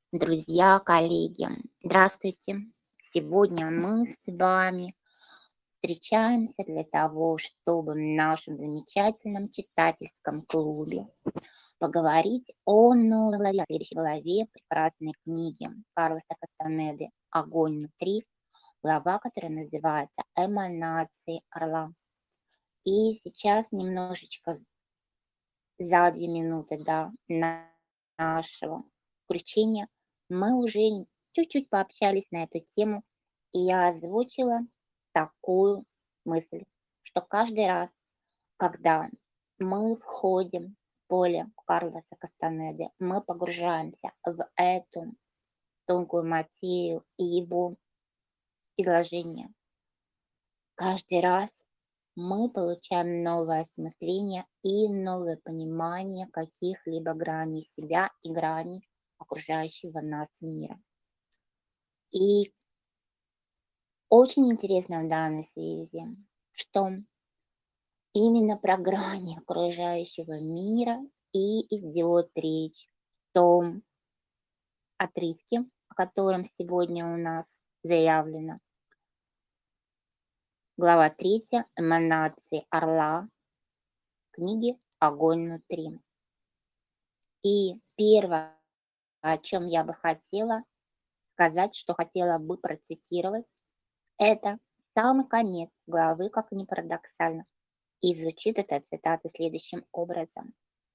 Друзья, коллеги, здравствуйте! Сегодня мы с вами встречаемся для того, чтобы в нашем замечательном читательском клубе поговорить о новой главе, о следующей главе прекрасной книги Карлоса Кастанеды «Огонь внутри», глава, которая называется «Эманации орла». И сейчас немножечко за 2 минуты до нашего включения мы уже чуть-чуть пообщались на эту тему, и я озвучила такую мысль, что каждый раз, когда мы входим в поле Карлоса Кастанеды, мы погружаемся в эту тонкую материю и его изложение. Каждый раз мы получаем новое осмысление и новое понимание каких-либо граней себя и граней окружающего нас мира. И очень интересно в данной связи, что именно про грани окружающего мира и идет речь в том отрывке, о котором сегодня у нас заявлено. Глава 3 «Эманации орла» книги «Огонь внутри». И первое, о чем я бы хотела сказать, что хотела бы процитировать, это самый конец главы, как ни парадоксально. И звучит эта цитата следующим образом.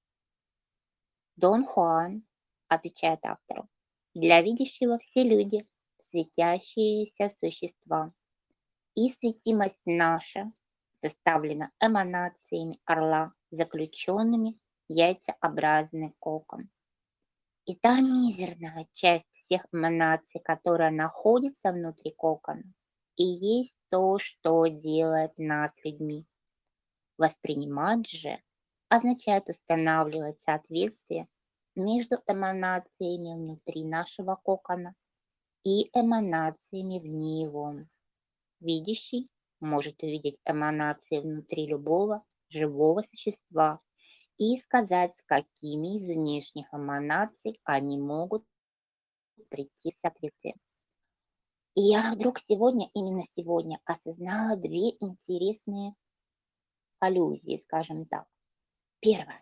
Дон Хуан отвечает автору: «Для видящего все люди– светящиеся существа, и светимость наша составлена эманациями орла, заключенными в яйцеобразный кокон. И та мизерная часть всех эманаций, которая находится внутри кокона, и есть то, что делает нас людьми. Воспринимать же означает устанавливать соответствие между эманациями внутри нашего кокона и эманациями вне его. Видящий может увидеть эманации внутри любого живого существа и сказать, с какими из внешних эманаций они могут прийти в соответствие. И я вдруг сегодня, именно сегодня, осознала две интересные аллюзии, скажем так. Первое.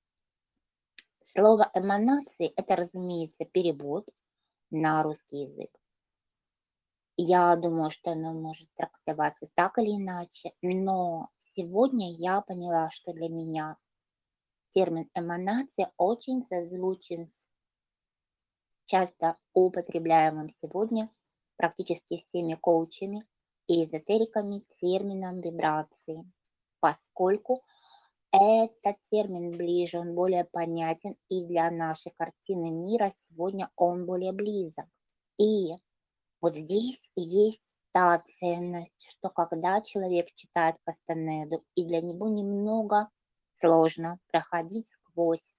Слово эманации– это, разумеется, перевод на русский язык. Я думаю, что оно может трактоваться так или иначе, но сегодня я поняла, что для меня термин эманация очень созвучен с часто употребляемым сегодня практически всеми коучами и эзотериками термином вибрации, поскольку этот термин ближе, он более понятен, и для нашей картины мира сегодня он более близок. И вот здесь есть та ценность, что когда человек читает Кастанеду, и для него немного сложно проходить сквозь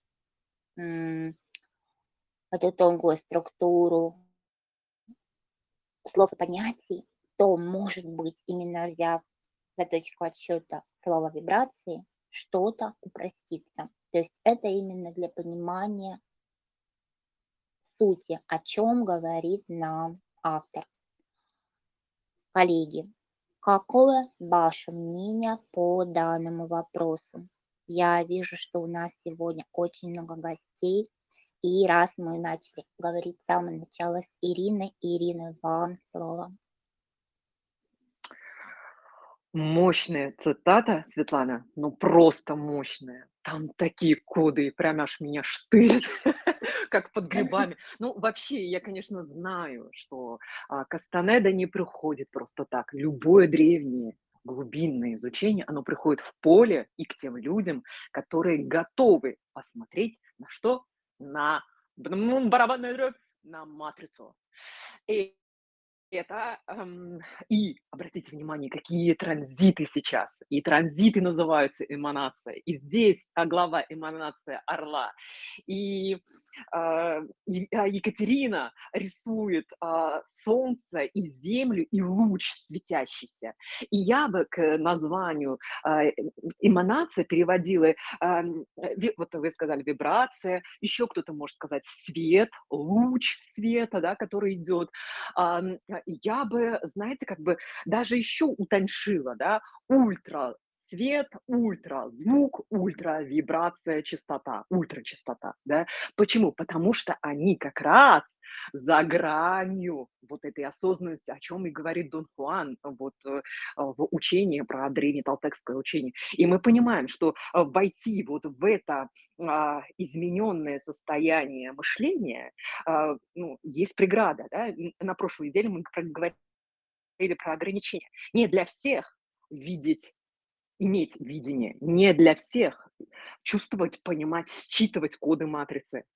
эту тонкую структуру слов и понятий, то, может быть, именно взяв за точку отсчета слово вибрации, что-то упростится. То есть это именно для понимания сути, о чем говорит нам автор. Коллеги, какое ваше мнение по данному вопросу? Я вижу, что у нас сегодня очень много гостей. И раз мы начали говорить с самого начала с Ириной, Ирина, вам слово. Мощная цитата, Светлана, ну просто мощная. Там такие коды, прям аж меня штырит, как под грибами. Ну, вообще, я, конечно, знаю, что Кастанеда не приходит просто так. Любое древнее глубинное изучение, оно приходит в поле и к тем людям, которые готовы посмотреть на что? На барабанную дробь, на матрицу. И это, и обратите внимание, какие транзиты сейчас. И транзиты называются эманация. И здесь, глава эманация орла. И, Екатерина рисует, солнце и землю, и луч светящийся. И я бы к названию, эманация переводила, вот вы сказали вибрация, еще кто-то может сказать свет, луч света, да, который идет. Я бы, знаете, как бы даже еще утоньшила, да, ультра свет, ультра звук, ультра вибрация, частота, ультрачастота, да. Почему? Потому что они как раз за гранью вот этой осознанности, о чем и говорит Дон Хуан, вот, в учении про древнеталтекское учение. И мы понимаем, что, войти вот в это, измененное состояние мышления, ну, есть преграда, да. На прошлой неделе мы говорили про ограничения. Не для всех видеть, иметь видение, не для всех чувствовать, понимать, считывать коды матрицы.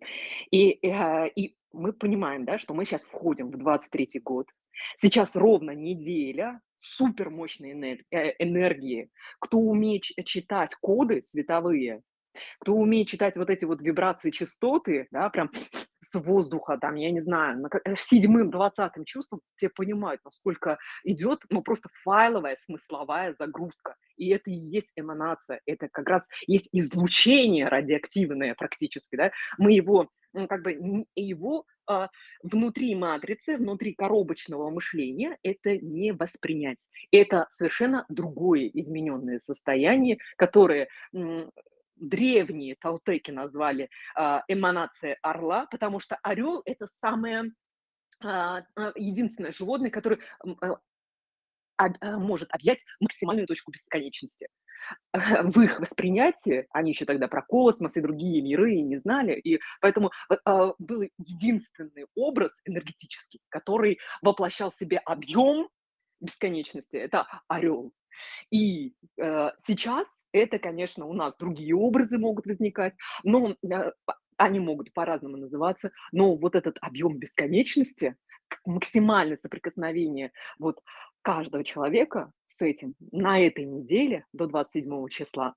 И мы понимаем, да, что мы сейчас входим в 23-й год. Сейчас ровно неделя супермощной энергии. Кто умеет читать коды световые, кто умеет читать вот эти вот вибрации, частоты, да, прям с воздуха, там, я не знаю, седьмым, 20-м чувством, те понимают, насколько идет, ну, просто файловая смысловая загрузка. И это и есть эманация, это как раз есть излучение радиоактивное практически, да. Мы его, как бы, его внутри матрицы, внутри коробочного мышления это не воспринять. Это совершенно другое измененное состояние, которое древние талтеки назвали, эманация орла, потому что орел — это самое, единственное животное, которое, может объять максимальную точку бесконечности. В их восприятии, они еще тогда про космос и другие миры не знали, и поэтому, был единственный образ энергетический, который воплощал в себе объем бесконечности — это орел. И, сейчас это, конечно, у нас другие образы могут возникать, но, они могут по-разному называться, но вот этот объем бесконечности, максимальное соприкосновение вот каждого человека с этим на этой неделе до 27 числа,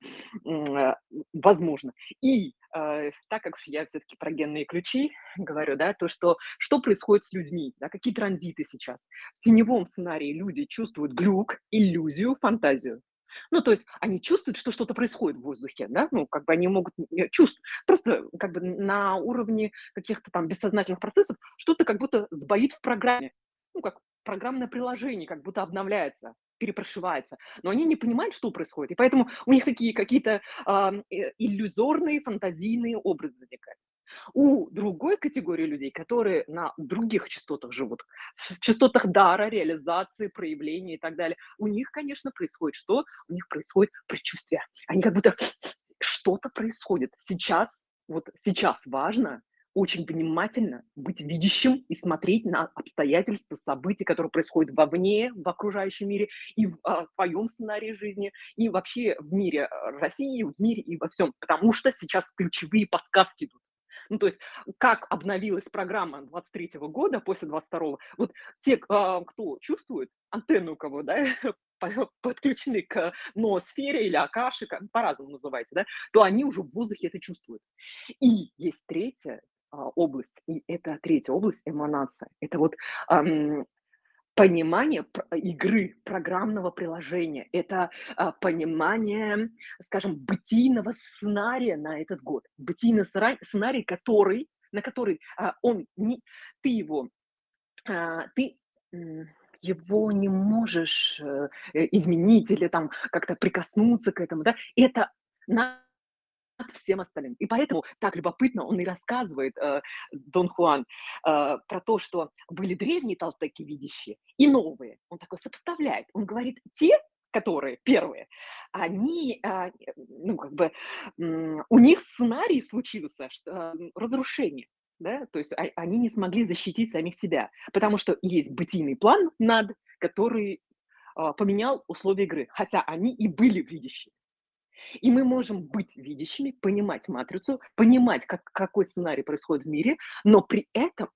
возможно. И, так как уж я все таки про генные ключи говорю, да, то что происходит с людьми, да, какие транзиты сейчас. В теневом сценарии люди чувствуют глюк, иллюзию, фантазию. Ну, то есть они чувствуют, что что-то происходит в воздухе, да, ну, как бы они могут чувствовать, просто как бы на уровне каких-то там бессознательных процессов что-то как будто сбоит в программе. Ну, как программное приложение как будто обновляется, перепрошивается, но они не понимают, что происходит, и поэтому у них такие какие-то иллюзорные, фантазийные образы возникают. У другой категории людей, которые на других частотах живут, в частотах дара, реализации, проявления и так далее, у них, конечно, происходит что? У них происходит предчувствие. Они как будто что-то происходит. Сейчас, вот сейчас важно очень внимательно быть видящим и смотреть на обстоятельства, события, которые происходят вовне, в окружающем мире, и в твоем сценарии жизни, и вообще в мире России, в мире и во всем. Потому что сейчас ключевые подсказки идут. Ну, то есть, как обновилась программа 23-го года после 22-го, вот те, кто чувствует, антенны у кого, да, подключены к ноосфере или акаши, по-разному называйте, да, то они уже в воздухе это чувствуют. И есть третья область, и это третья область — эманация. Это вот ам, понимание игры, программного приложения. Это, понимание, скажем, бытийного сценария на этот год. Бытийный сценарий, на который, он не ты его, ты, его не можешь, изменить или там как-то прикоснуться к этому, да. Это над всем остальным. И поэтому так любопытно он и рассказывает, Дон Хуан, про то, что были древние толстяки видящие и новые. Он такой сопоставляет. Он говорит, те, которые первые, они, ну, как бы, у них сценарий случился, разрушение. Да? То есть они не смогли защитить самих себя, потому что есть бытийный план над, который поменял условия игры, хотя они и были видящие. И мы можем быть видящими, понимать матрицу, понимать, какой сценарий происходит в мире, но при этом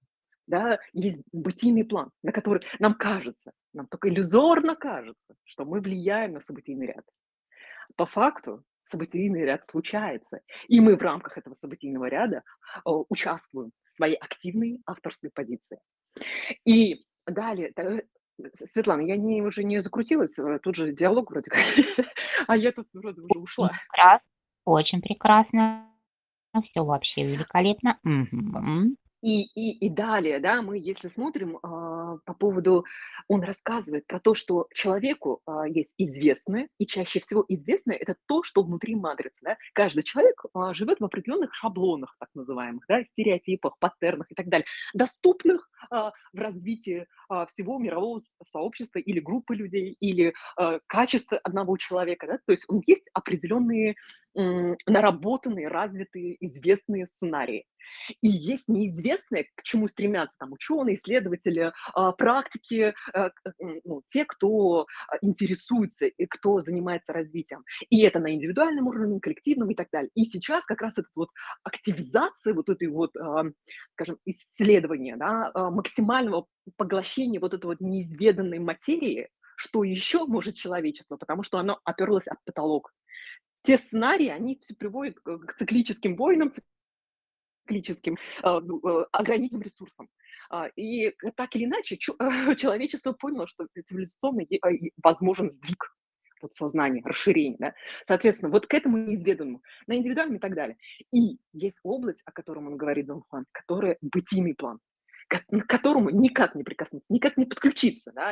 да, есть бытийный план, на который нам кажется, нам только иллюзорно кажется, что мы влияем на событийный ряд. По факту событийный ряд случается, и мы в рамках этого событийного ряда участвуем в своей активной авторской позиции. И далее, Светлана, я уже не закрутилась, тут же диалог вроде как, а я тут вроде уже ушла. Очень прекрасно, все вообще великолепно. Мгм. И далее, да, мы если смотрим, по поводу он рассказывает про то, что человеку, есть известное, и чаще всего известное — это то, что внутри матрицы, да. Каждый человек, живет в определенных шаблонах, так называемых, да, стереотипах, паттернах и так далее, доступных, в развитии, всего мирового сообщества или группы людей, или, качества одного человека, да. То есть он есть определенные, наработанные, развитые, известные сценарии. И есть неизвестное, к чему стремятся там ученые, исследователи, практики, ну, те, кто, интересуется и кто занимается развитием. И это на индивидуальном уровне, коллективном и так далее. И сейчас как раз эта вот активизация вот этой вот, скажем, исследования, да, максимального поглощения вот этой вот неизведанной материи, что еще может человечество, потому что оно оперлось об потолок. Те сценарии, они все приводят к циклическим войнам, циклическим, ограниченным ресурсом. И так или иначе человечество поняло, что цивилизационно возможен сдвиг вот сознания, расширение, да. Соответственно, вот к этому неизведанному, на индивидуальном и так далее. И есть область, о котором он говорит, Дон Хуан, которая бытийный план, к которому никак не прикоснуться, никак не подключиться, да,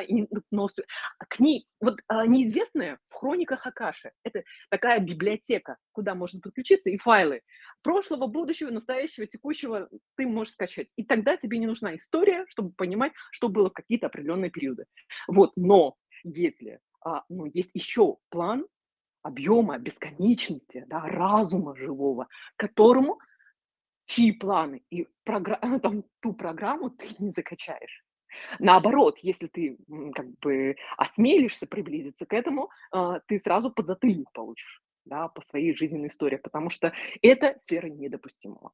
к ней вот, неизвестное в хрониках Акаши. Это такая библиотека, куда можно подключиться, и файлы прошлого, будущего, настоящего, текущего ты можешь скачать. И тогда тебе не нужна история, чтобы понимать, что было в какие-то определенные периоды. Вот, но если, ну, есть еще план объема, бесконечности, да, разума живого, которому чьи планы и там ту программу ты не закачаешь. Наоборот, если ты, как бы осмелишься приблизиться к этому, ты сразу подзатыльник получишь, да, по своей жизненной истории, потому что это сфера недопустимого.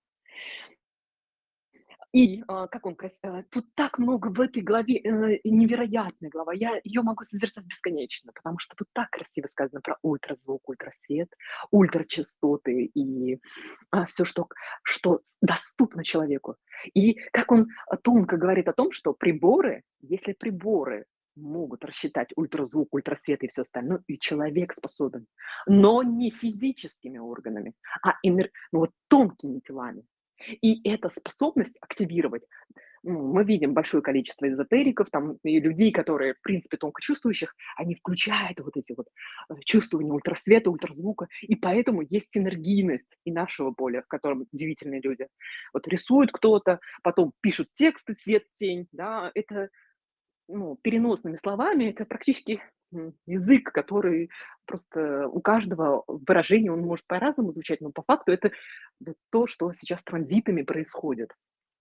И, как он тут так много в этой главе, невероятная глава. Я ее могу созерцать бесконечно, потому что тут так красиво сказано про ультразвук, ультрасвет, ультрачастоты и, все, что доступно человеку. И как он, тонко говорит о том, что приборы, если приборы могут рассчитать ультразвук, ультрасвет и все остальное, и человек способен, но не физическими органами, ну, вот тонкими телами. И эта способность активировать, ну, мы видим большое количество эзотериков, там, и людей, которые, в принципе, тонко чувствующих, они включают вот эти вот чувствования ультрасвета, ультразвука, и поэтому есть синергийность и нашего поля, в котором удивительные люди. Вот рисует кто-то, потом пишут тексты, свет, тень, да, это, ну, переносными словами, это практически язык, который просто у каждого выражения, он может по-разному звучать, но по факту это вот то, что сейчас транзитами происходит.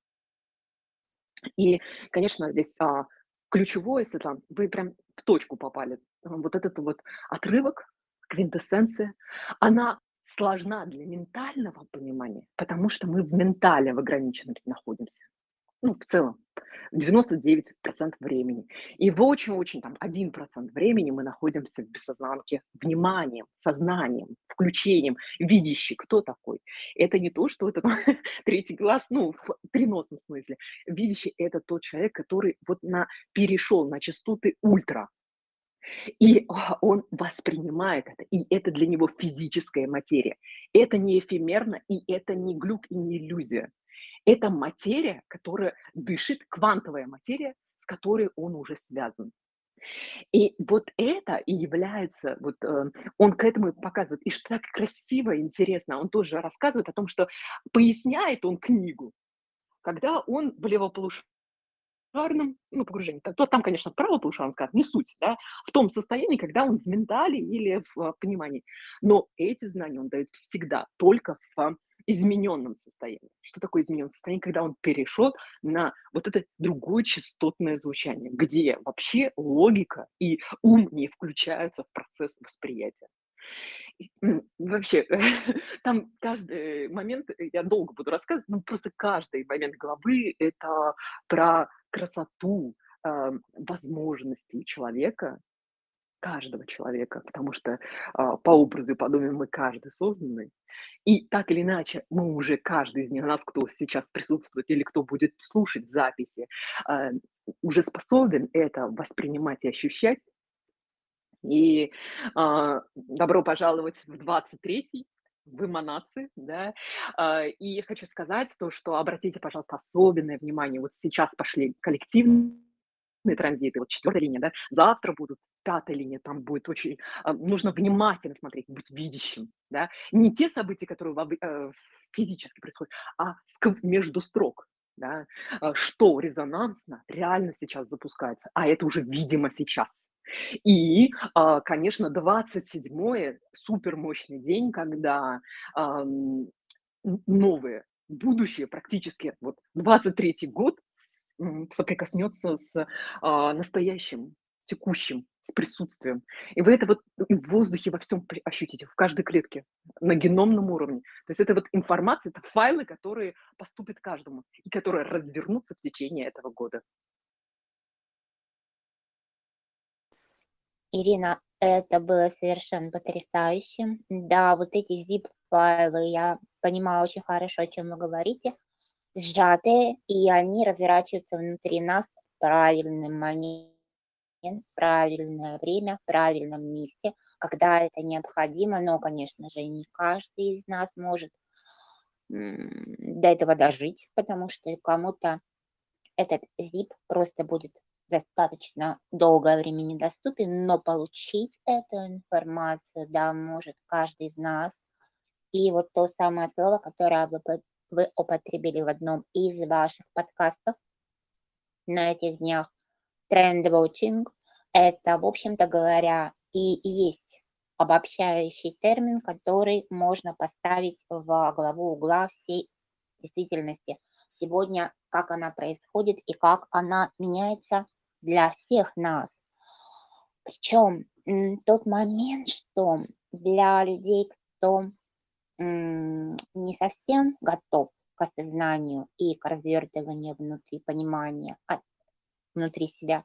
И, конечно, здесь ключевое, Светлана, вы прям в точку попали. Вот этот вот отрывок, квинтэссенция, она сложна для ментального понимания, потому что мы в ментале в ограниченности находимся. Ну, в целом, 99% времени. И в очень-очень там 1% времени мы находимся в бессознанке вниманием, сознанием, включением, видящий, кто такой. Это не то, что это там третий глаз, ну, в переносном смысле. Видящий — это тот человек, который вот перешел на частоты ультра, и он воспринимает это, и это для него физическая материя. Это не эфемерно, и это не глюк, и не иллюзия. Это материя, которая дышит, квантовая материя, с которой он уже связан. И вот это и является, вот, он к этому и показывает. И что так красиво и интересно, он тоже рассказывает о том, что поясняет он книгу, когда он в левополушарном, ну, погружении. То там, конечно, правополушарном, скажем, не суть, да, в том состоянии, когда он в ментале или в понимании. Но эти знания он дает всегда только в измененном состоянии. Что такое измененное состояние? Когда он перешел на вот это другое частотное звучание, где вообще логика и ум не включаются в процесс восприятия. Вообще, там каждый момент, я долго буду рассказывать, но просто каждый момент главы — это про красоту, возможностей человека, каждого человека, потому что, по образу и подобию мы каждый созданы. И так или иначе, мы уже, каждый из нас, кто сейчас присутствует или кто будет слушать в записи, а, уже способен это воспринимать и ощущать. И, добро пожаловать в 23-й, в эманации, да. И хочу сказать то, что обратите, пожалуйста, особенное внимание. Вот сейчас пошли коллективные транзиты, вот 4-я линия, да, завтра будут 5-я линия, там будет очень, нужно внимательно смотреть, быть видящим, да. Не те события, которые физически происходят, а между строк, да. Что резонансно реально сейчас запускается, а это уже видимо сейчас. И, конечно, 27-е — супер мощный день, когда, новое будущее практически, вот 23-й год соприкоснется с, настоящим, текущим, с присутствием. И вы это вот и в воздухе во всем ощутите, в каждой клетке, на геномном уровне. То есть это вот информация, это файлы, которые поступят каждому и которые развернутся в течение этого года. Ирина, это было совершенно потрясающе. Да, вот эти zip-файлы, я понимаю очень хорошо, о чем вы говорите, сжатые, и они разворачиваются внутри нас в правильный момент, в правильное время, в правильном месте, когда это необходимо. Но, конечно же, не каждый из нас может до этого дожить, потому что кому-то этот zip просто будет достаточно долгое время недоступен, но получить эту информацию, да, может каждый из нас. И вот то самое слово, которое вы употребили в одном из ваших подкастов на этих днях, трендвотчинг, это, в общем-то говоря, и есть обобщающий термин, который можно поставить во главу угла всей действительности сегодня, как она происходит и как она меняется для всех нас. Причем тот момент, что для людей, кто не совсем готов к осознанию и к развертыванию внутри понимания внутри себя,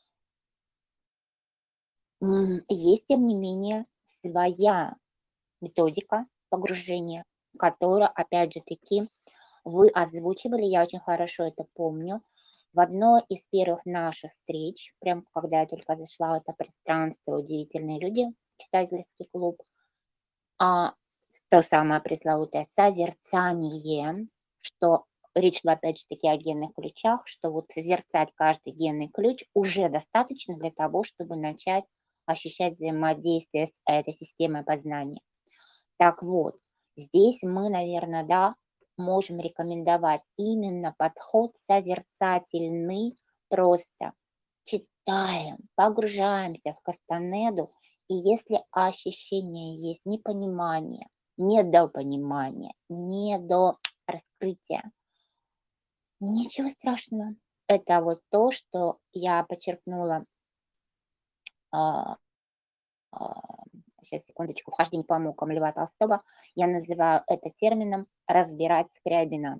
есть, тем не менее, своя методика погружения, которую, опять же таки, вы озвучивали, я очень хорошо это помню. В одной из первых наших встреч, прям когда я только зашла в это пространство «Удивительные люди», читательский клуб, а, то самое пресловутое созерцание, что речь шла опять же таки о генных ключах, что вот созерцать каждый генный ключ уже достаточно для того, чтобы начать ощущать взаимодействие с этой системой познания. Так вот, здесь мы, наверное, да, можем рекомендовать именно подход созерцательный, просто читаем, погружаемся в Кастанеду, и если ощущение есть непонимание, недопонимание, недораскрытие, ничего страшного. Это вот то, что я подчеркнула, а, сейчас, секундочку, «Вхождение по мукам» Льва Толстого. Я называю это термином «разбирать Скрябина».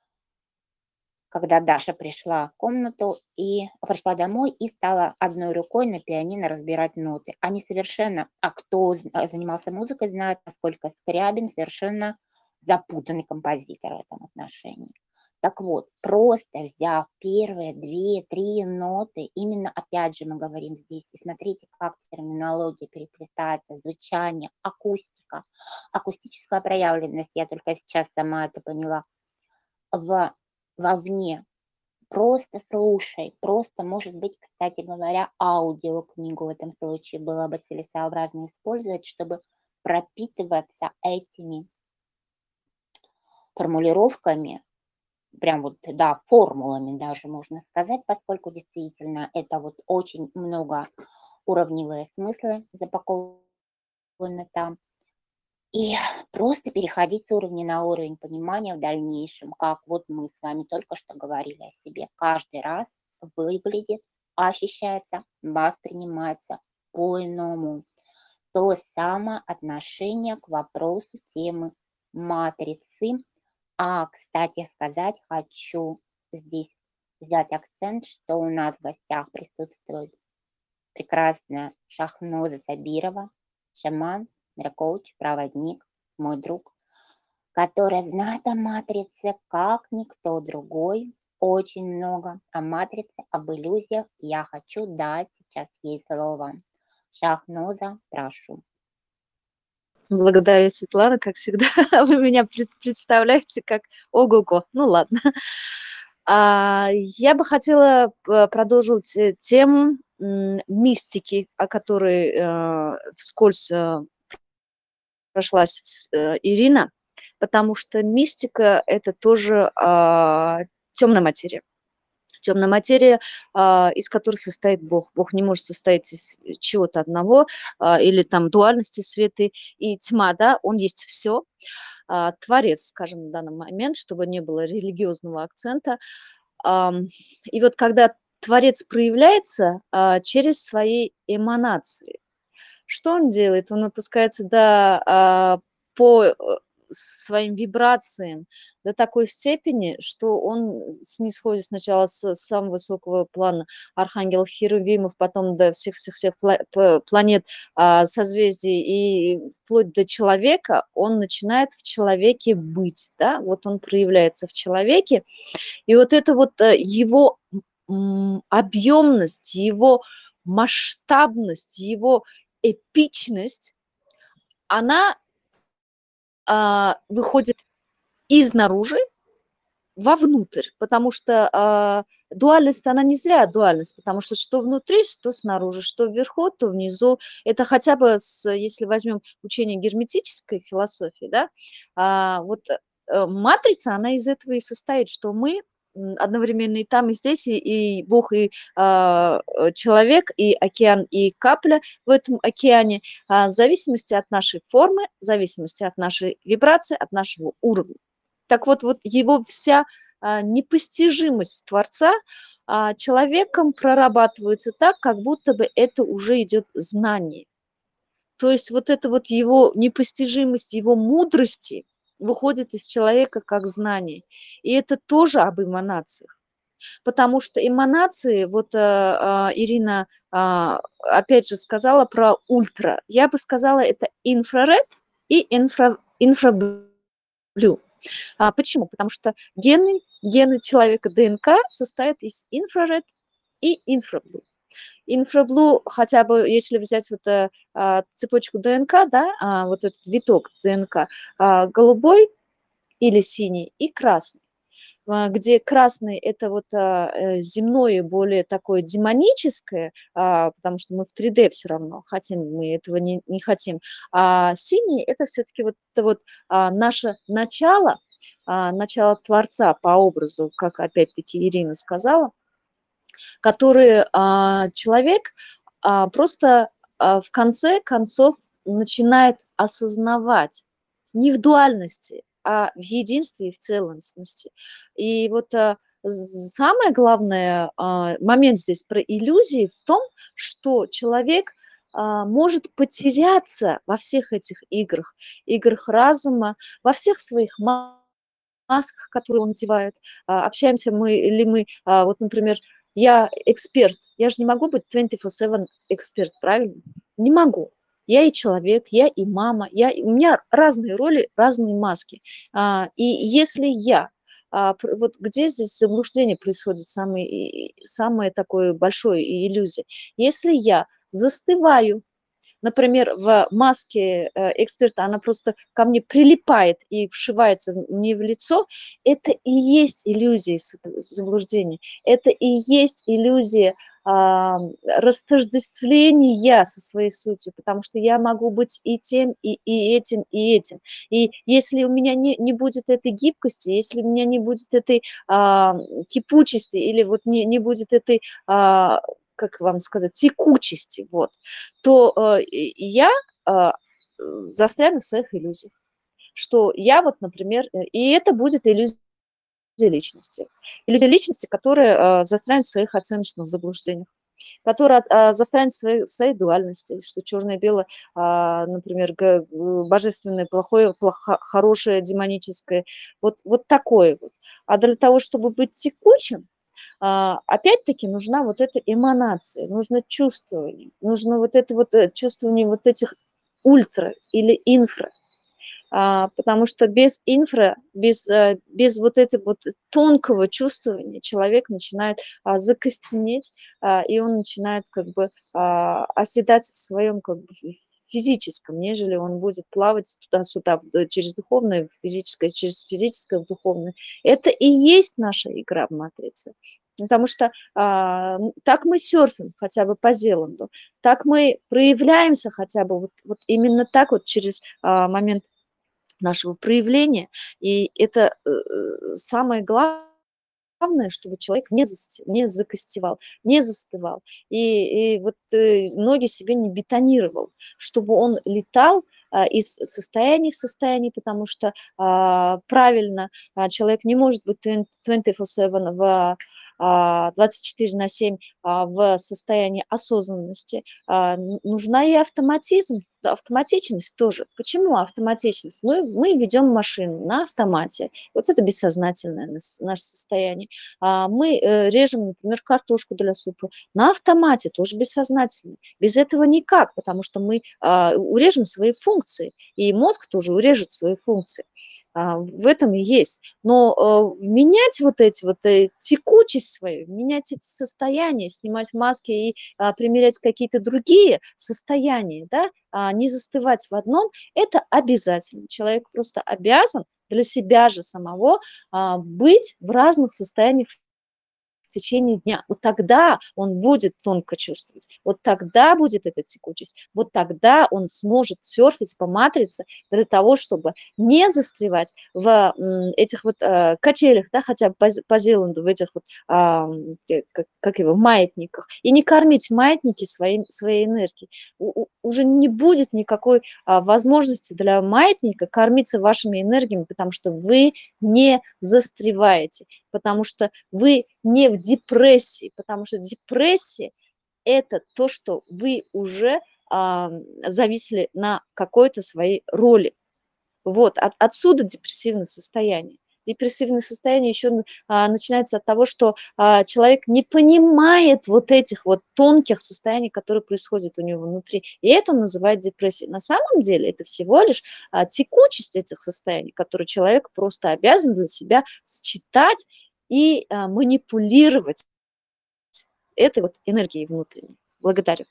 Когда Даша пришла в комнату и пришла домой и стала одной рукой на пианино разбирать ноты. Они совершенно, кто занимался музыкой, знает, насколько Скрябин совершенно запутанный композитор в этом отношении. Так вот, просто взяв первые 2-3 ноты, именно опять же мы говорим здесь, и смотрите, как терминология переплетается, звучание, акустика, акустическая проявленность, я только сейчас сама это поняла, в вовне. Просто слушай, просто, может быть, кстати говоря, аудиокнигу в этом случае было бы целесообразно использовать, чтобы пропитываться этими формулировками, прям вот, да, формулами даже можно сказать, поскольку действительно это вот очень многоуровневые смыслы запакованы там. И просто переходить с уровня на уровень понимания в дальнейшем, как вот мы с вами только что говорили о себе, каждый раз выглядит, ощущается, воспринимается по-иному. то самое отношение к вопросу темы матрицы. Кстати сказать, хочу здесь взять акцент, что у нас в гостях присутствует прекрасная Шахноза Сабирова, шаман, нейрокоуч, проводник, мой друг, которая знает о матрице как никто другой. Очень много о матрице, об иллюзиях. Я хочу дать сейчас ей слово. Шахноза, прошу. Благодарю, Светлана, как всегда. Вы меня представляете как ого-го. Ну ладно. Я бы хотела продолжить тему мистики, о которой вскользь прошлась Ирина, потому что мистика – это тоже темная материя. Темная материя, из которой состоит Бог. Бог не может состоять из чего-то одного, или там дуальности света и тьма, да, он есть все. Творец, скажем, в данный момент, чтобы не было религиозного акцента. И вот когда Творец проявляется через свои эманации, что он делает? Он опускается по своим вибрациям до такой степени, что он снисходит сначала с самого высокого плана архангелов, херувимов, потом до всех-всех-всех планет, созвездий и вплоть до человека, он начинает в человеке быть, да, вот он проявляется в человеке, и вот это вот его объемность, его масштабность, его эпичность, она выходит изнаружи вовнутрь, потому что дуальность, она не зря дуальность, потому что внутри, что снаружи, что вверху, то внизу. Это хотя бы, если возьмем учение герметической философии, да, матрица, она из этого и состоит, что мы одновременно и там, и здесь, и Бог, и человек, и океан, и капля в этом океане, в зависимости от нашей формы, в зависимости от нашей вибрации, от нашего уровня. Так вот его вся непостижимость Творца человеком прорабатывается так, как будто бы это уже идет знание. То есть вот эта вот его непостижимость, его мудрости выходит из человека как знание. И это тоже об эманациях. Потому что эманации, Ирина опять же сказала про ультра. Я бы сказала, это инфраред и инфраблю. Почему? Потому что гены человека, ДНК состоят из инфраред и инфраблю. Инфраблю, хотя бы если взять цепочку ДНК, да, вот этот виток ДНК, голубой или синий и красный, где красный – это земное, более такое демоническое, потому что мы в 3D все равно, хотим мы этого, не хотим, а синий – это все-таки наше начало, начало Творца по образу, как опять-таки Ирина сказала, который человек просто в конце концов начинает осознавать не в дуальности, а в единстве и в целостности. И самое главное момент здесь про иллюзии в том, что человек может потеряться во всех этих играх разума, во всех своих масках, которые он надевает. Общаемся мы или мы, например, я эксперт, я же не могу быть 24/7 эксперт, правильно? Не могу. Я и человек, я и мама, у меня разные роли, разные маски. И если где здесь заблуждение происходит, самое такое большое иллюзия? Если я застываю, например, в маске эксперта, она просто ко мне прилипает и вшивается мне в лицо, это и есть иллюзия заблуждения, это и есть иллюзия растождествления со своей сутью, потому что я могу быть и тем, и этим, и этим. И если у меня не будет этой гибкости, если у меня не будет этой кипучести, или не будет этой, как вам сказать, текучести, то я застряну в своих иллюзиях. Что я например, и это будет иллюзия личности. Иллюзия личности, которая застрянет в своих оценочных заблуждениях. который застрянет в своей дуальности, что черное и белое, например, божественное, плохое, хорошее, демоническое, вот такое вот. А для того, чтобы быть текучим, опять-таки нужна вот эта эманация, нужно чувствование, нужно вот это вот чувствование вот этих ультра или инфра. Потому что без инфра, без вот этого вот тонкого чувствования человек начинает закостенеть, и он начинает как бы оседать в своем как бы физическом, нежели он будет плавать туда-сюда, через духовное в физическое, через физическое в духовное. Это и есть наша игра в матрице. Потому что так мы серфим хотя бы по Зеланду, так мы проявляемся хотя бы вот именно так вот через момент нашего проявления. И это самое главное, чтобы человек не закостевал, не застывал. И вот ноги себе не бетонировал, чтобы он летал из состояния в состояние, потому что правильно человек не может быть 24/7 в 24/7 в состоянии осознанности. Нужна и автоматичность тоже. Почему автоматичность? Мы ведем машину на автомате. Вот это бессознательное наше состояние. Мы режем, например, картошку для супа на автомате, тоже бессознательно. Без этого никак, потому что мы урежем свои функции, и мозг тоже урежет свои функции. В этом и есть. Но менять вот эти вот текучесть свою, менять эти состояния, снимать маски и примерять какие-то другие состояния, да, не застывать в одном, это обязательно. Человек просто обязан для себя же самого быть в разных состояниях в течение дня. Вот тогда он будет тонко чувствовать, вот тогда будет эта текучесть, вот тогда он сможет серфить по матрице для того, чтобы не застревать в этих вот качелях, да, хотя бы по Зеланду, в этих вот, как его, маятниках, и не кормить маятники своей энергией. Уже не будет никакой возможности для маятника кормиться вашими энергиями, потому что вы не застреваете, потому что вы не в депрессии, потому что депрессия – это то, что вы уже зависли на какой-то своей роли. Вот, отсюда депрессивное состояние. Депрессивное состояние еще начинается от того, что человек не понимает вот этих вот тонких состояний, которые происходят у него внутри. И это он называет депрессией. На самом деле это всего лишь текучесть этих состояний, которые человек просто обязан для себя считать и манипулировать этой вот энергией внутренней. Благодарю.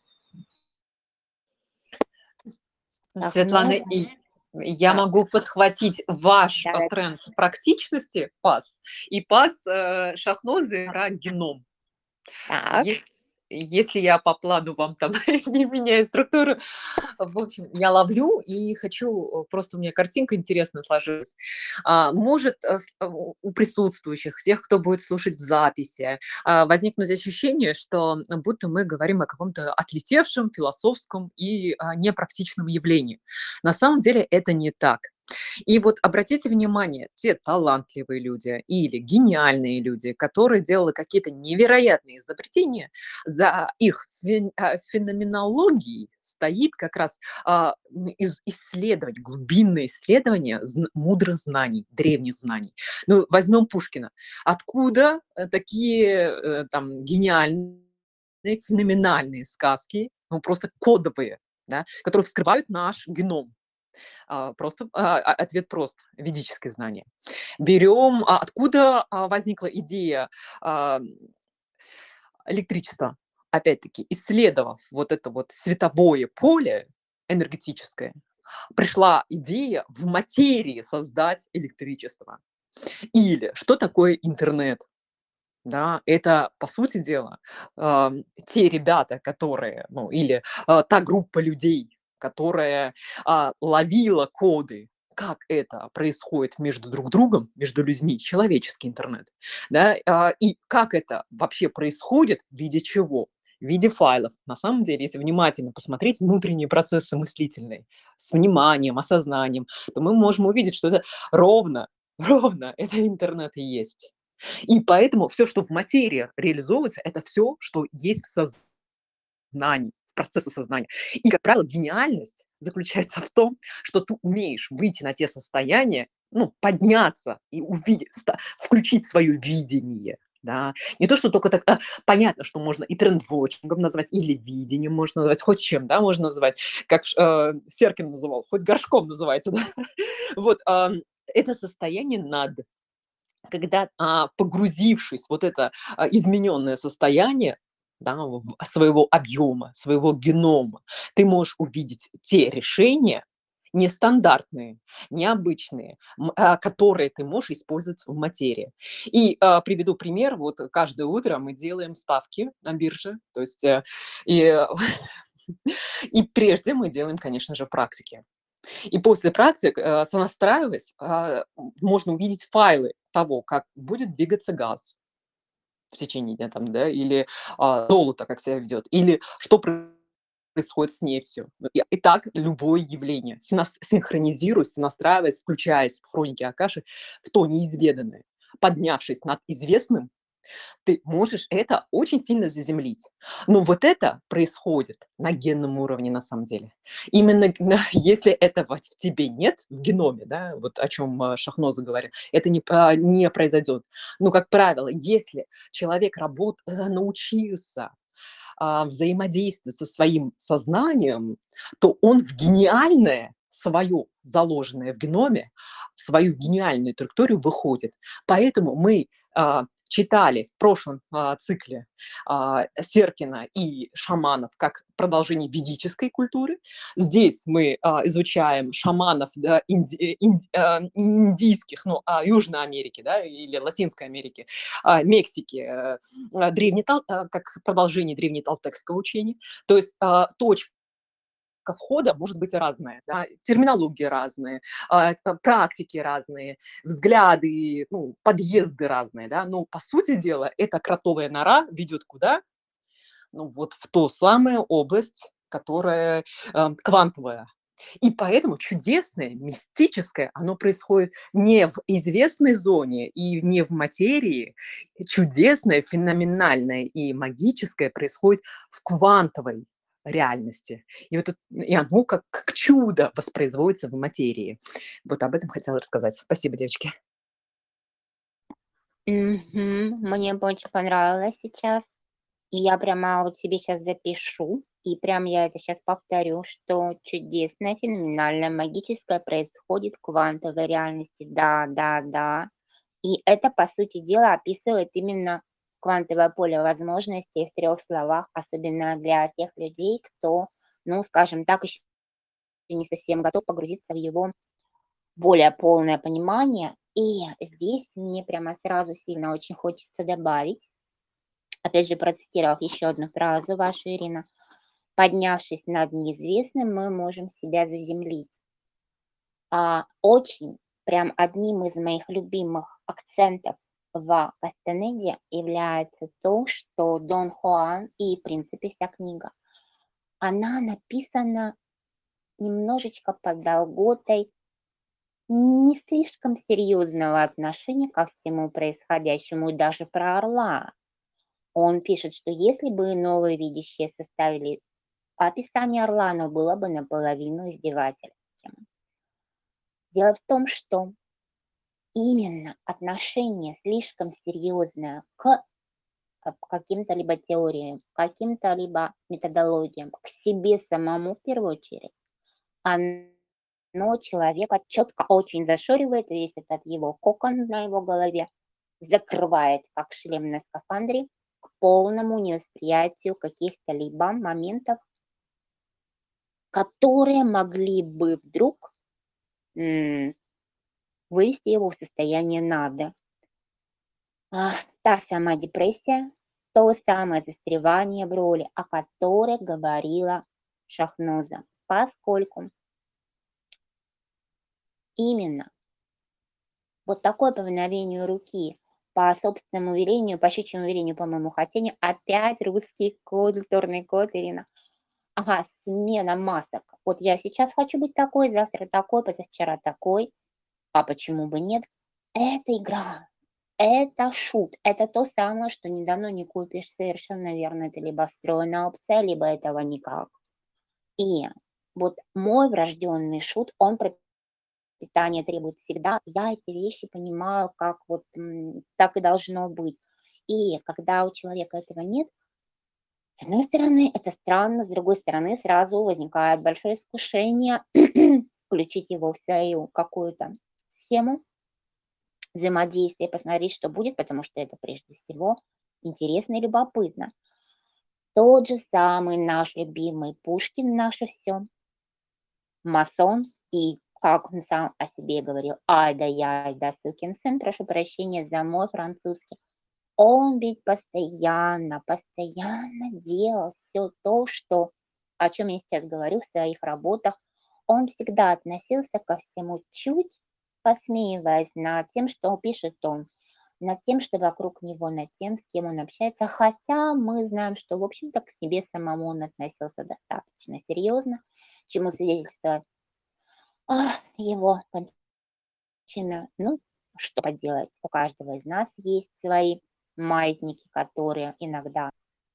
Так, Светлана, можно? и я Так, могу подхватить ваш давай. тренд практичности, пас, и пас Шахнозы про геном. Так, Если я по плану вам там не меняю структуру, в общем, я ловлю и хочу, просто у меня картинка интересно сложилась. Может у присутствующих, тех, кто будет слушать в записи, возникнуть ощущение, что будто мы говорим о каком-то отлетевшем, философском и непрактичном явлении. На самом деле это не так. И вот обратите внимание, те талантливые люди или гениальные люди, которые делали какие-то невероятные изобретения, за их феноменологией стоит как раз исследовать, глубинное исследование мудрых знаний, древних знаний. Ну, возьмем Пушкина. Откуда такие там гениальные, феноменальные сказки, ну, просто кодовые, да, которые вскрывают наш геном? Ответ прост: ведическое знание. Берем, откуда возникла идея электричества? Опять-таки, исследовав вот это вот световое поле энергетическое, пришла идея в материи создать электричество. Или что такое интернет? Да, это, по сути дела, те ребята, которые, ну, или та группа людей, которая ловила коды, как это происходит между друг другом, между людьми, человеческий интернет, да, и как это вообще происходит, в виде чего? В виде файлов. На самом деле, если внимательно посмотреть внутренние процессы мыслительные, с вниманием, осознанием, то мы можем увидеть, что это ровно это интернет и есть. И поэтому все, что в материи реализовывается, это все, что есть в знаний, в процесс осознания. И, как правило, гениальность заключается в том, что ты умеешь выйти на те состояния, ну, подняться и увидеть, включить свое видение, да. Не то, что только так, понятно, что можно и трендвотчингом назвать, или видением можно назвать, хоть чем, да, можно назвать, как Серкин называл, хоть горшком называется, да. Вот, это состояние над, когда, погрузившись в вот это измененное состояние, да, своего объема, своего генома, ты можешь увидеть те решения нестандартные, необычные, которые ты можешь использовать в материи. И приведу пример. Вот каждое утро мы делаем ставки на бирже, то есть и, и прежде мы делаем, конечно же, практики. И после практик, сонастраиваясь, можно увидеть файлы того, как будет двигаться газ в течение дня, там, да, или золото как себя ведет, или что происходит с нефтью. И так любое явление, синхронизируясь, сонастраиваясь, включаясь в хроники Акаши в то неизведанное, поднявшись над известным, ты можешь это очень сильно заземлить. Но вот это происходит на генном уровне на самом деле. Именно если этого в тебе нет, в геноме, да, вот о чем Шахноза говорил, это не произойдет. Но, как правило, если человек научился взаимодействовать со своим сознанием, то он в гениальное свое, заложенное в геноме, в свою гениальную траекторию выходит. Поэтому мы читали в прошлом цикле Серкина и шаманов как продолжение ведической культуры. Здесь мы изучаем шаманов, да, индийских, ну, Южной Америки, да, или Латинской Америки, Мексики, как продолжение древнеталтекского учения. То есть точка входа может быть разная, да, терминология разная, практики разные, взгляды, ну, подъезды разные, да, но по сути дела эта кротовая нора ведет куда? Ну, вот в ту самую область, которая квантовая. И поэтому чудесное, мистическое, оно происходит не в известной зоне и не в материи. Чудесное, феноменальное и магическое происходит в квантовой реальности. И, и оно как чудо воспроизводится в материи. Вот об этом хотела рассказать. Спасибо, девочки. Мне очень понравилось сейчас. И я прямо вот себе сейчас запишу, и прям я это сейчас повторю, что чудесное, феноменальное, магическое происходит в квантовой реальности. Да, да, да. И это, по сути дела, описывает именно квантовое поле возможностей в 3 словах, особенно для тех людей, кто, ну, скажем так, еще не совсем готов погрузиться в его более полное понимание. И здесь мне прямо сразу сильно очень хочется добавить, опять же, процитировав еще одну фразу вашу, Ирина: поднявшись над неизвестным, мы можем себя заземлить. Очень прям одним из моих любимых акцентов в Кастанеде является то, что Дон Хуан и, в принципе, вся книга, она написана немножечко под долготой не слишком серьезного отношения ко всему происходящему, и даже про орла. Он пишет, что если бы новые видящие составили описание орла, оно было бы наполовину издевательским. Дело в том, что именно отношение слишком серьезное к каким-то либо теориям, каким-то либо методологиям, к себе самому в первую очередь, оно человека четко очень зашоривает, весь этот его кокон на его голове закрывает, как шлем на скафандре, к полному невосприятию каких-то либо моментов, которые могли бы вдруг вывести его в состояние надо. Та самая депрессия, то самое застревание в роли, о которой говорила Шахноза, поскольку именно вот такое повиновение руки по собственному велению, по щучьему велению, по моему хотению, опять русский культурный код, Ирина. Смена масок. Вот я сейчас хочу быть такой, завтра такой, позавчера такой. А почему бы нет? Это игра. это шут. Это то самое, что не дано, не купишь. Совершенно верно. Это либо встроенная опция, либо этого никак. И вот мой врожденный шут, он пропитание требует всегда. Я эти вещи понимаю, как вот так и должно быть. И когда у человека этого нет, с одной стороны, это странно, с другой стороны, сразу возникает большое искушение включить его в свою какую-то схему взаимодействия, посмотреть, что будет, потому что это прежде всего интересно и любопытно. Тот же самый наш любимый Пушкин, наше все, масон, и как он сам о себе говорил, ай да я, да сукин сын, прошу прощения за мой французский. Он ведь постоянно делал все то, что, о чем я сейчас говорю в своих работах, он всегда относился ко всему чуть посмеиваясь над тем, что пишет он, над тем, что вокруг него, над тем, с кем он общается, хотя мы знаем, что, в общем-то, к себе самому он относился достаточно серьезно, чему свидетельствует его кончина. Ну, что поделать, у каждого из нас есть свои маятники, которые иногда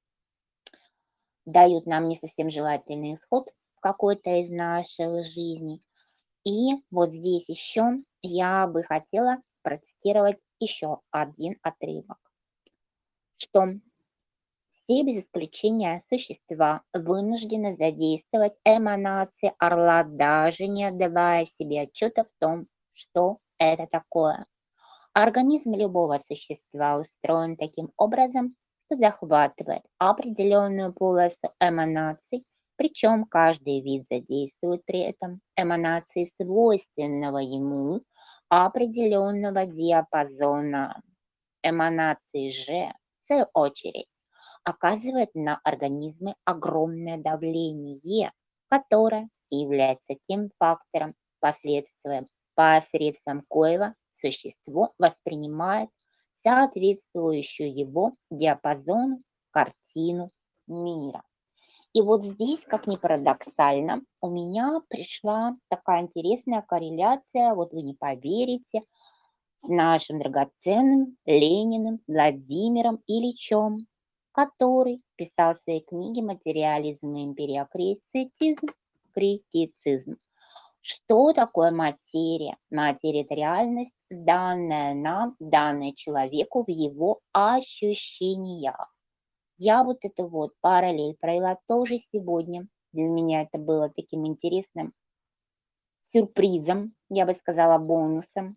дают нам не совсем желательный исход в какой-то из наших жизней. И вот здесь еще я бы хотела процитировать еще один отрывок, что все без исключения существа вынуждены задействовать эманации орла, даже не отдавая себе отчета в том, что это такое. Организм любого существа устроен таким образом, что захватывает определенную полосу эманаций, причем каждый вид задействует при этом эманации свойственного ему определенного диапазона. Эманации же, в свою очередь, оказывает на организмы огромное давление, которое является тем фактором, посредством коего существо воспринимает соответствующую его диапазону картину мира. И вот здесь, как ни парадоксально, у меня пришла такая интересная корреляция, вот вы не поверите, с нашим драгоценным Лениным Владимиром Ильичем, который писал в своей книге «Материализм и критицизм». Что такое материя? Материя – это реальность, данная нам, данная человеку в его ощущениях. Я вот эту вот параллель провела тоже сегодня. Для меня это было таким интересным сюрпризом, я бы сказала, бонусом.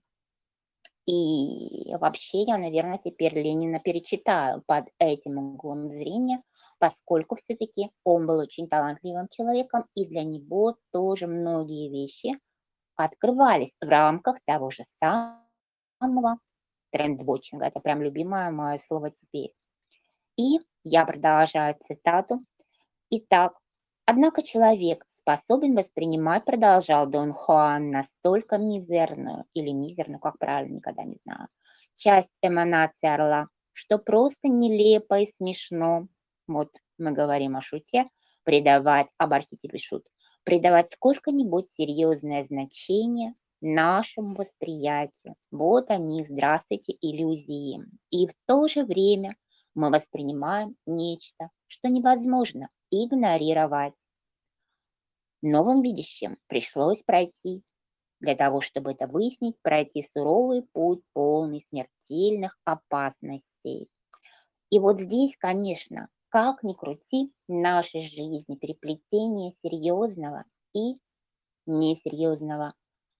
И вообще я, наверное, теперь Ленина перечитаю под этим углом зрения, поскольку все-таки он был очень талантливым человеком, и для него тоже многие вещи открывались в рамках того же самого трендвотчинга. Это прям любимое мое слово теперь. И я продолжаю цитату. Итак, однако человек способен воспринимать, продолжал Дон Хуан, настолько мизерную, как правильно, никогда не знаю, часть эманации орла, что просто нелепо и смешно, вот мы говорим о шуте, об архетипе шут, придавать сколько-нибудь серьезное значение нашему восприятию. Вот они, здравствуйте, иллюзии. И в то же время мы воспринимаем нечто, что невозможно игнорировать. Новым видящим пришлось пройти, для того, чтобы это выяснить, пройти суровый путь, полный смертельных опасностей. И вот здесь, конечно, как ни крути, в нашей жизни переплетение серьезного и несерьезного,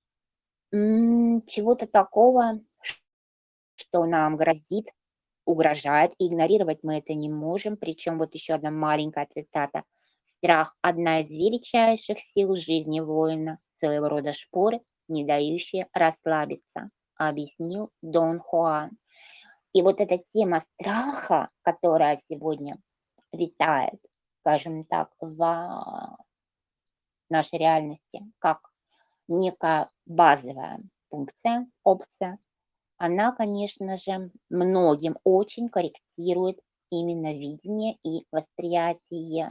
чего-то такого, что нам грозит, угрожает, и игнорировать мы это не можем. Причем вот еще одна маленькая цитата. Страх – одна из величайших сил жизни воина, своего рода шпоры, не дающие расслабиться, объяснил Дон Хуан. И вот эта тема страха, которая сегодня витает, скажем так, в нашей реальности, как некая базовая функция, опция, она, конечно же, многим очень корректирует именно видение и восприятие.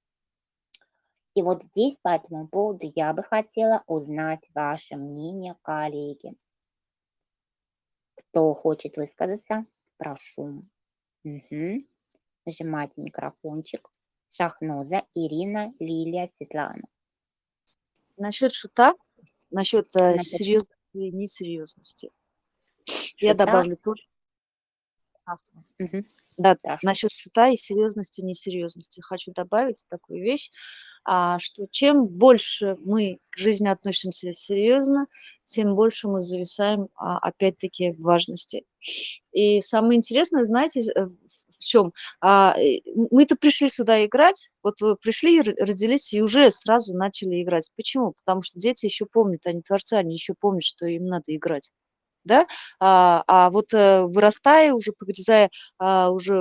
И вот здесь по этому поводу я бы хотела узнать ваше мнение, коллеги. Кто хочет высказаться? Прошу. Мгм. Нажимайте микрофончик. Шахноза, Ирина, Лилия, Светлана. Насчет шута, насчет Насчет серьезности и несерьезности. Я шута. добавлю тоже. Мгм. Да, Прошу. насчет шута и серьезности, несерьезности. Хочу добавить такую вещь, что чем больше мы к жизни относимся серьезно, тем больше мы зависаем, опять-таки, в важности. И самое интересное, знаете, в чем? Мы-то пришли сюда играть, вот вы пришли, родились и уже сразу начали играть. Почему? Потому что дети еще помнят, они творцы, они еще помнят, что им надо играть. Да? Вот вырастая, уже погрязая уже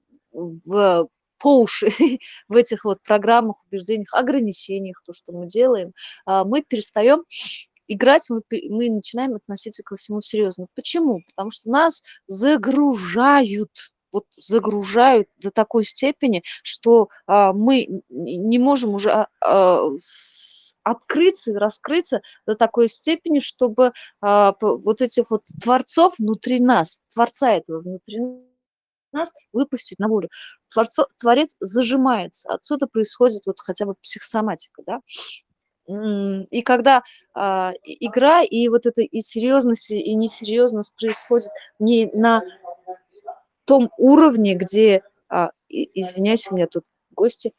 по уши в этих вот программах, убеждениях, ограничениях, то, что мы делаем, мы перестаем играть, мы начинаем относиться ко всему серьезно. Почему? Потому что нас загружают, вот загружают до такой степени, что мы не можем уже открыться и раскрыться до такой степени, чтобы вот этих вот творцов внутри нас, творца этого внутри нас выпустить на волю. Творец зажимается. Отсюда происходит вот хотя бы психосоматика, да. И когда игра и вот эта и серьезность, и несерьезность происходит не на том уровне, где, извиняюсь, у меня тут гости,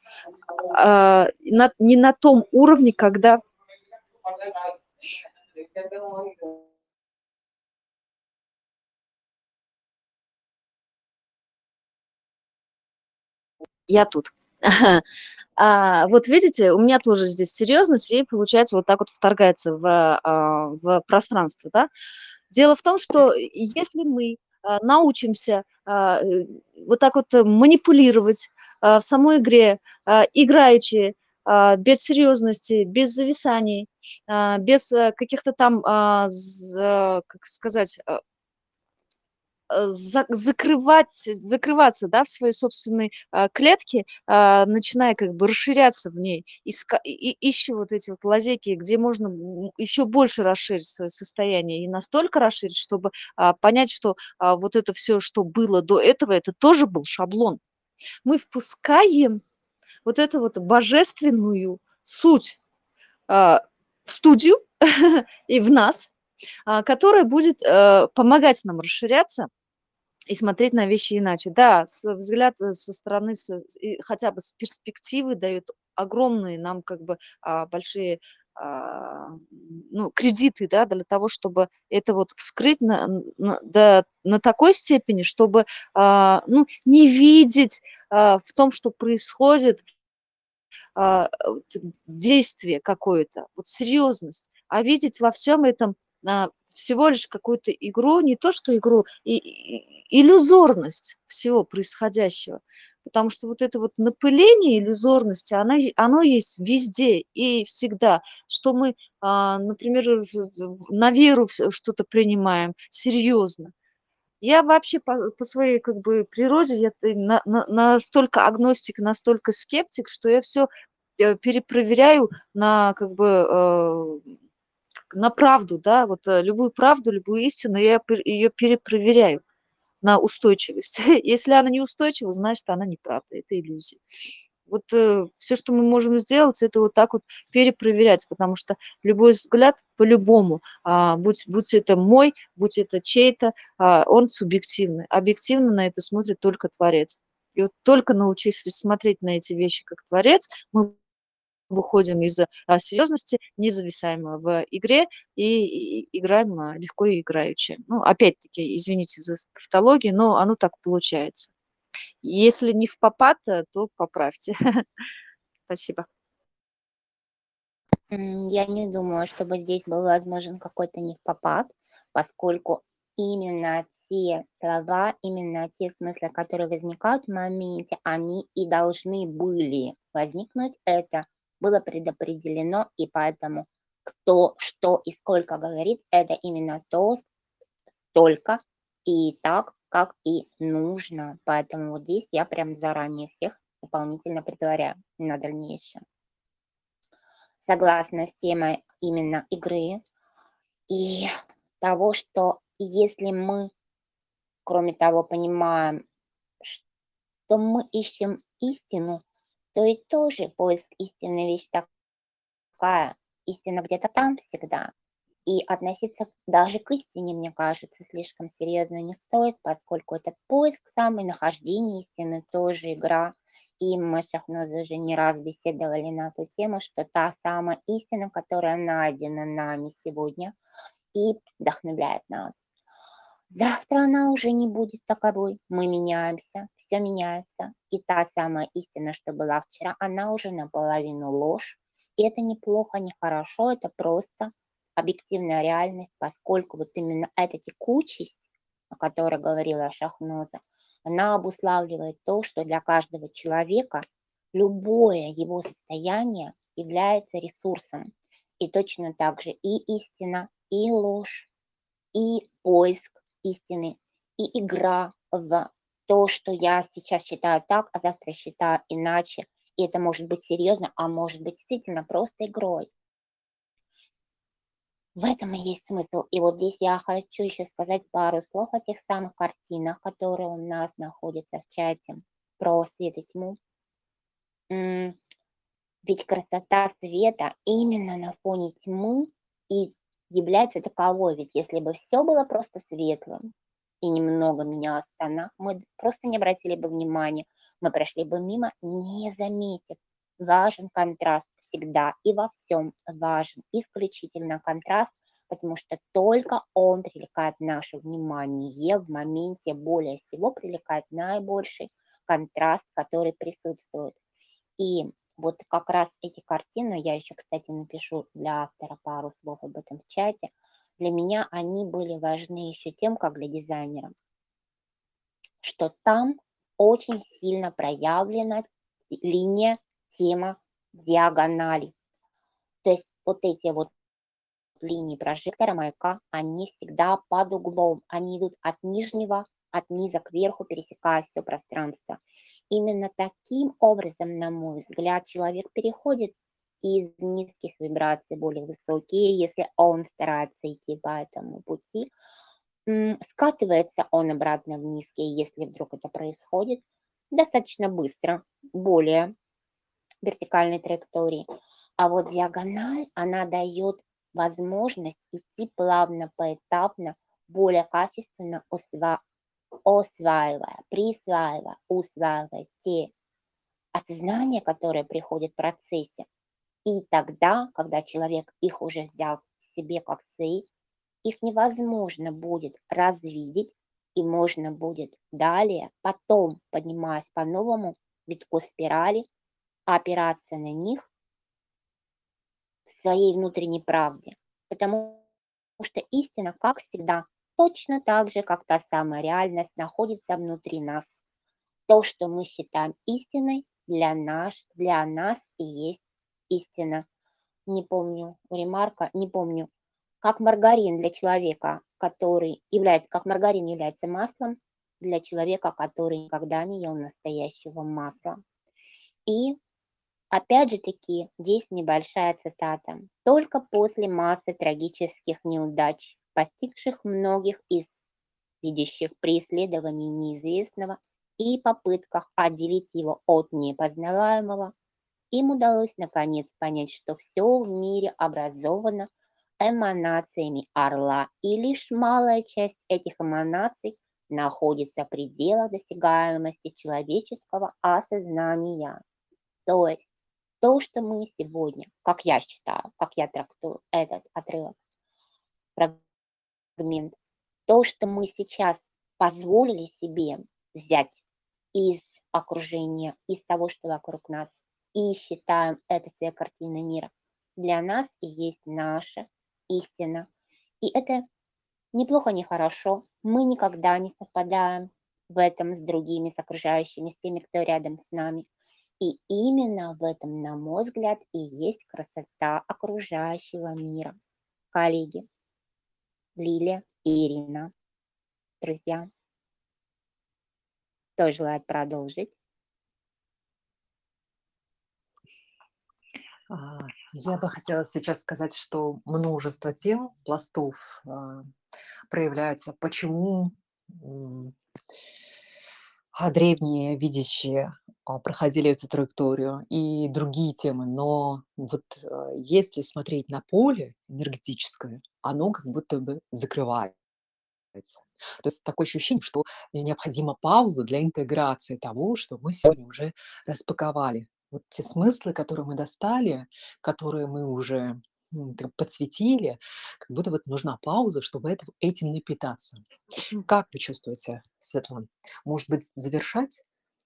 не на том уровне, когда я тут. Вот видите, у меня тоже здесь серьезность, и получается вот так вот вторгается в пространство, да. Дело в том, что если мы научимся вот так вот манипулировать в самой игре, играючи, без серьезности, без зависаний, без каких-то там, как сказать, закрываться, да, в своей собственной клетке, начиная как бы расширяться в ней, ищу вот эти вот лазейки, где можно еще больше расширить свое состояние и настолько расширить, чтобы понять, что вот это все, что было до этого, это тоже был шаблон. Мы впускаем вот эту вот божественную суть в студию и в нас, которая будет помогать нам расширяться и смотреть на вещи иначе. Да, взгляд со стороны, хотя бы с перспективы дает огромные нам как бы большие ну, кредиты, да, для того, чтобы это вот вскрыть на такой степени, чтобы ну, не видеть в том, что происходит, вот действие какое-то, вот серьезность, а видеть во всем этом всего лишь какую-то игру, не то что игру, иллюзорность всего происходящего. Потому что вот это вот напыление иллюзорности, оно есть везде и всегда. Что мы, например, на веру что-то принимаем серьезно. Я вообще по своей как бы природе, настолько агностик, настолько скептик, что я все перепроверяю на как бы на правду, да, вот любую правду, любую истину, я ее перепроверяю на устойчивость. Если она неустойчива, значит, она неправда, это иллюзия. Вот все, что мы можем сделать, это вот так вот перепроверять, потому что любой взгляд по-любому, будь это мой, будь это чей-то, он субъективный. Объективно на это смотрит только Творец. И вот только научившись смотреть на эти вещи как Творец, мы выходим из серьезности, не зависаем в игре и играем легко и играючи. Ну, опять-таки, извините за тавтологию, но оно так получается. Если не в попад, то поправьте. Спасибо. Я не думаю, чтобы здесь был возможен какой-то невпопад, поскольку именно те слова, именно те смыслы, которые возникают в моменте, они и должны были возникнуть. Это было предопределено, и поэтому кто, что и сколько говорит, это именно то, столько и так, как и нужно. Поэтому вот здесь я прям заранее всех дополнительно предваряю на дальнейшее. Согласна с темой именно игры и того, что если мы кроме того, понимаем, что мы ищем истину, то и тоже поиск истины вещь такая. Истина где-то там всегда. И относиться даже к истине, мне кажется, слишком серьезно не стоит, поскольку этот поиск, самое нахождение истины тоже игра. И мы с Шахнозой уже не раз беседовали на эту тему, что та самая истина, которая найдена нами сегодня и вдохновляет нас. Завтра она уже не будет таковой. Мы меняемся, все меняется. И та самая истина, что была вчера, она уже наполовину ложь. И это не плохо, не хорошо, это просто объективная реальность, поскольку вот именно эта текучесть, о которой говорила Шахноза, она обуславливает то, что для каждого человека любое его состояние является ресурсом. И точно так же и истина, и ложь, и поиск истины, и игра в то, что я сейчас считаю так, а завтра считаю иначе. И это может быть серьезно, а может быть действительно просто игрой. В этом и есть смысл. И вот здесь я хочу еще сказать пару слов о тех самых картинах, которые у нас находятся в чате про свет и тьму. Ведь красота света именно на фоне тьмы и является таковой. Ведь если бы все было просто светлым и немного менялось в тонах, мы просто не обратили бы внимания, мы прошли бы мимо, не заметив. Важен контраст всегда и во всем важен исключительно контраст, потому что только он привлекает наше внимание в моменте, более всего привлекает наибольший контраст, который присутствует. И вот как раз эти картины, я еще, кстати, напишу для автора пару слов об этом в чате, для меня они были важны еще тем, как для дизайнера, что там очень сильно проявлена линия, тема диагонали. То есть вот эти вот линии прожектора маяка, они всегда под углом, они идут от низа к верху, пересекая все пространство. Именно таким образом, на мой взгляд, человек переходит из низких вибраций более высокие, если он старается идти по этому пути. Скатывается он обратно в низкие, если вдруг это происходит, достаточно быстро, более вертикальной траектории. А вот диагональ, она дает возможность идти плавно, поэтапно, более качественно осваивая, присваивая, усваивая те осознания, которые приходят в процессе. И тогда, когда человек их уже взял себе как свои, их невозможно будет развидеть, и можно будет далее, потом, поднимаясь по новому витку спирали, опираться на них в своей внутренней правде. Потому что истина, как всегда, точно так же, как та самая реальность, находится внутри нас. То, что мы считаем истиной, для нас и есть истина. Не помню ремарка, не помню. Как маргарин для человека, как маргарин является маслом для человека, который никогда не ел настоящего масла. И опять же таки, здесь небольшая цитата. Только после массы трагических неудач, постигших многих из видящих при исследовании неизвестного и попытках отделить его от непознаваемого, им удалось наконец понять, что все в мире образовано эманациями орла, и лишь малая часть этих эманаций находится в пределах досягаемости человеческого осознания. То есть то, что мы сегодня, как я считаю, как я трактую этот отрывок, фрагмент, то, что мы сейчас позволили себе взять из окружения, из того, что вокруг нас, и считаем это своей картиной мира, для нас и есть наша истина. И это неплохо, не хорошо. Мы никогда не совпадаем в этом с другими, с окружающими, с теми, кто рядом с нами. И именно в этом, на мой взгляд, и есть красота окружающего мира. Коллеги, Лилия и Ирина, друзья, кто желает продолжить? Я бы хотела сейчас сказать, что множество тем, пластов проявляется. Почему м, древние видящие проходили эту траекторию и другие темы, но вот если смотреть на поле энергетическое, оно как будто бы закрывается. То есть такое ощущение, что необходима пауза для интеграции того, что мы сегодня уже распаковали. Вот те смыслы, которые мы достали, которые мы уже так подсветили, как будто вот нужна пауза, чтобы этим напитаться. Как вы чувствуете, Светлана? Может быть, завершать?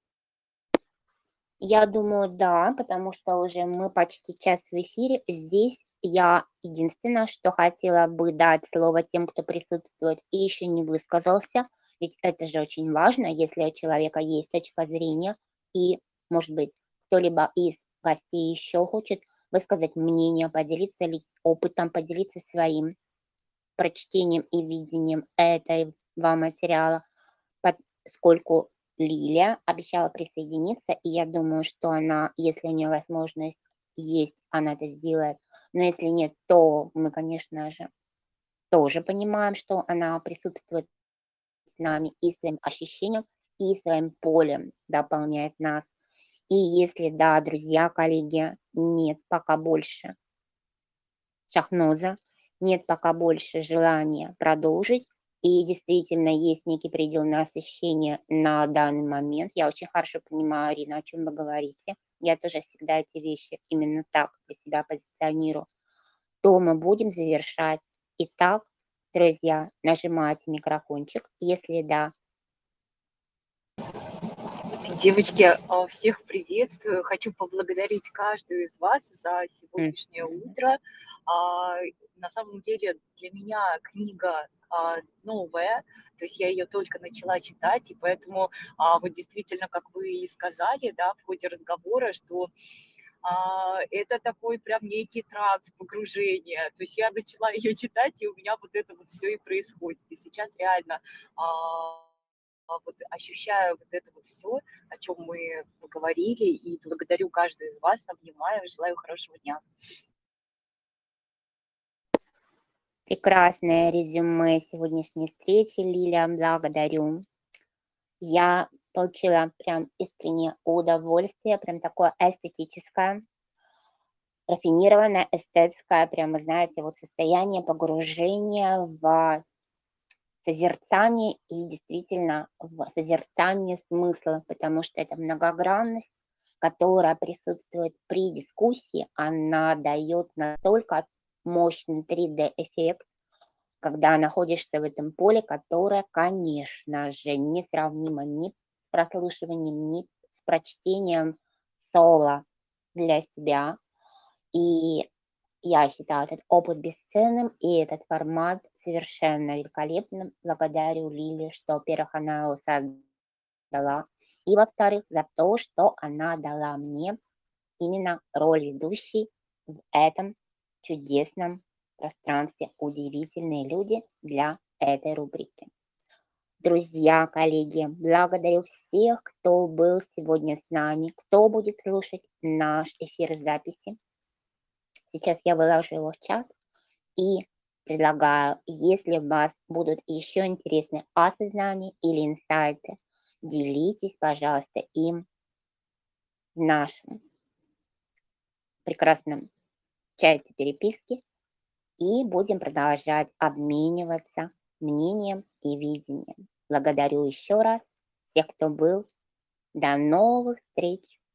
Я думаю, да, потому что уже мы почти час в эфире. Здесь я единственное, что хотела бы дать слово тем, кто присутствует и еще не высказался, ведь это же очень важно, если у человека есть точка зрения, и, может быть, кто-либо из гостей еще хочет высказать мнение, поделиться опытом, поделиться своим прочтением и видением этого материала, поскольку Лилия обещала присоединиться, и я думаю, что она, если у нее возможность есть, она это сделает. Но если нет, то мы, конечно же, тоже понимаем, что она присутствует с нами и своим ощущением, и своим полем дополняет нас. И если, да, друзья, коллеги, нет пока больше Шахноза, нет пока больше желания продолжить, и действительно есть некий предел насыщения на данный момент. Я очень хорошо понимаю, Арина, о чем вы говорите. Я тоже всегда эти вещи именно так для себя позиционирую. То мы будем завершать. Итак, друзья, нажимайте микрофончик, если да. Девочки, всех приветствую. Хочу поблагодарить каждую из вас за сегодняшнее утро. А, На самом деле для меня книга новая, то есть я ее только начала читать, и поэтому вот действительно, как вы и сказали, да, в ходе разговора, что это такой прям некий транс, погружение. То есть я начала ее читать, и у меня вот это вот все и происходит. И сейчас реально вот ощущаю вот это вот все, о чем мы поговорили, и благодарю каждую из вас, обнимаю, желаю хорошего дня. Прекрасное резюме сегодняшней встречи, Лилия, благодарю. Я получила прям искреннее удовольствие, прям такое эстетическое, рафинированное, эстетское, прямо, знаете, вот состояние погружения в созерцание и действительно в созерцание смысла, потому что это многогранность, которая присутствует при дискуссии, она дает настолько мощный 3D-эффект, когда находишься в этом поле, которое, конечно же, несравнимо ни с прослушиванием, ни с прочтением соло для себя. И я считаю этот опыт бесценным, и этот формат совершенно великолепным. Благодарю Лилию, что, во-первых, она его создала, и, во-вторых, за то, что она дала мне именно роль ведущей в этом чудесном пространстве «Удивительные люди» для этой рубрики. Друзья, коллеги, благодарю всех, кто был сегодня с нами, кто будет слушать наш эфир в записи. Сейчас я выложу его в чат и предлагаю, если у вас будут еще интересные осознания или инсайты, делитесь, пожалуйста, им в нашем прекрасном чате переписки, и будем продолжать обмениваться мнением и видением. Благодарю еще раз всех, кто был. До новых встреч!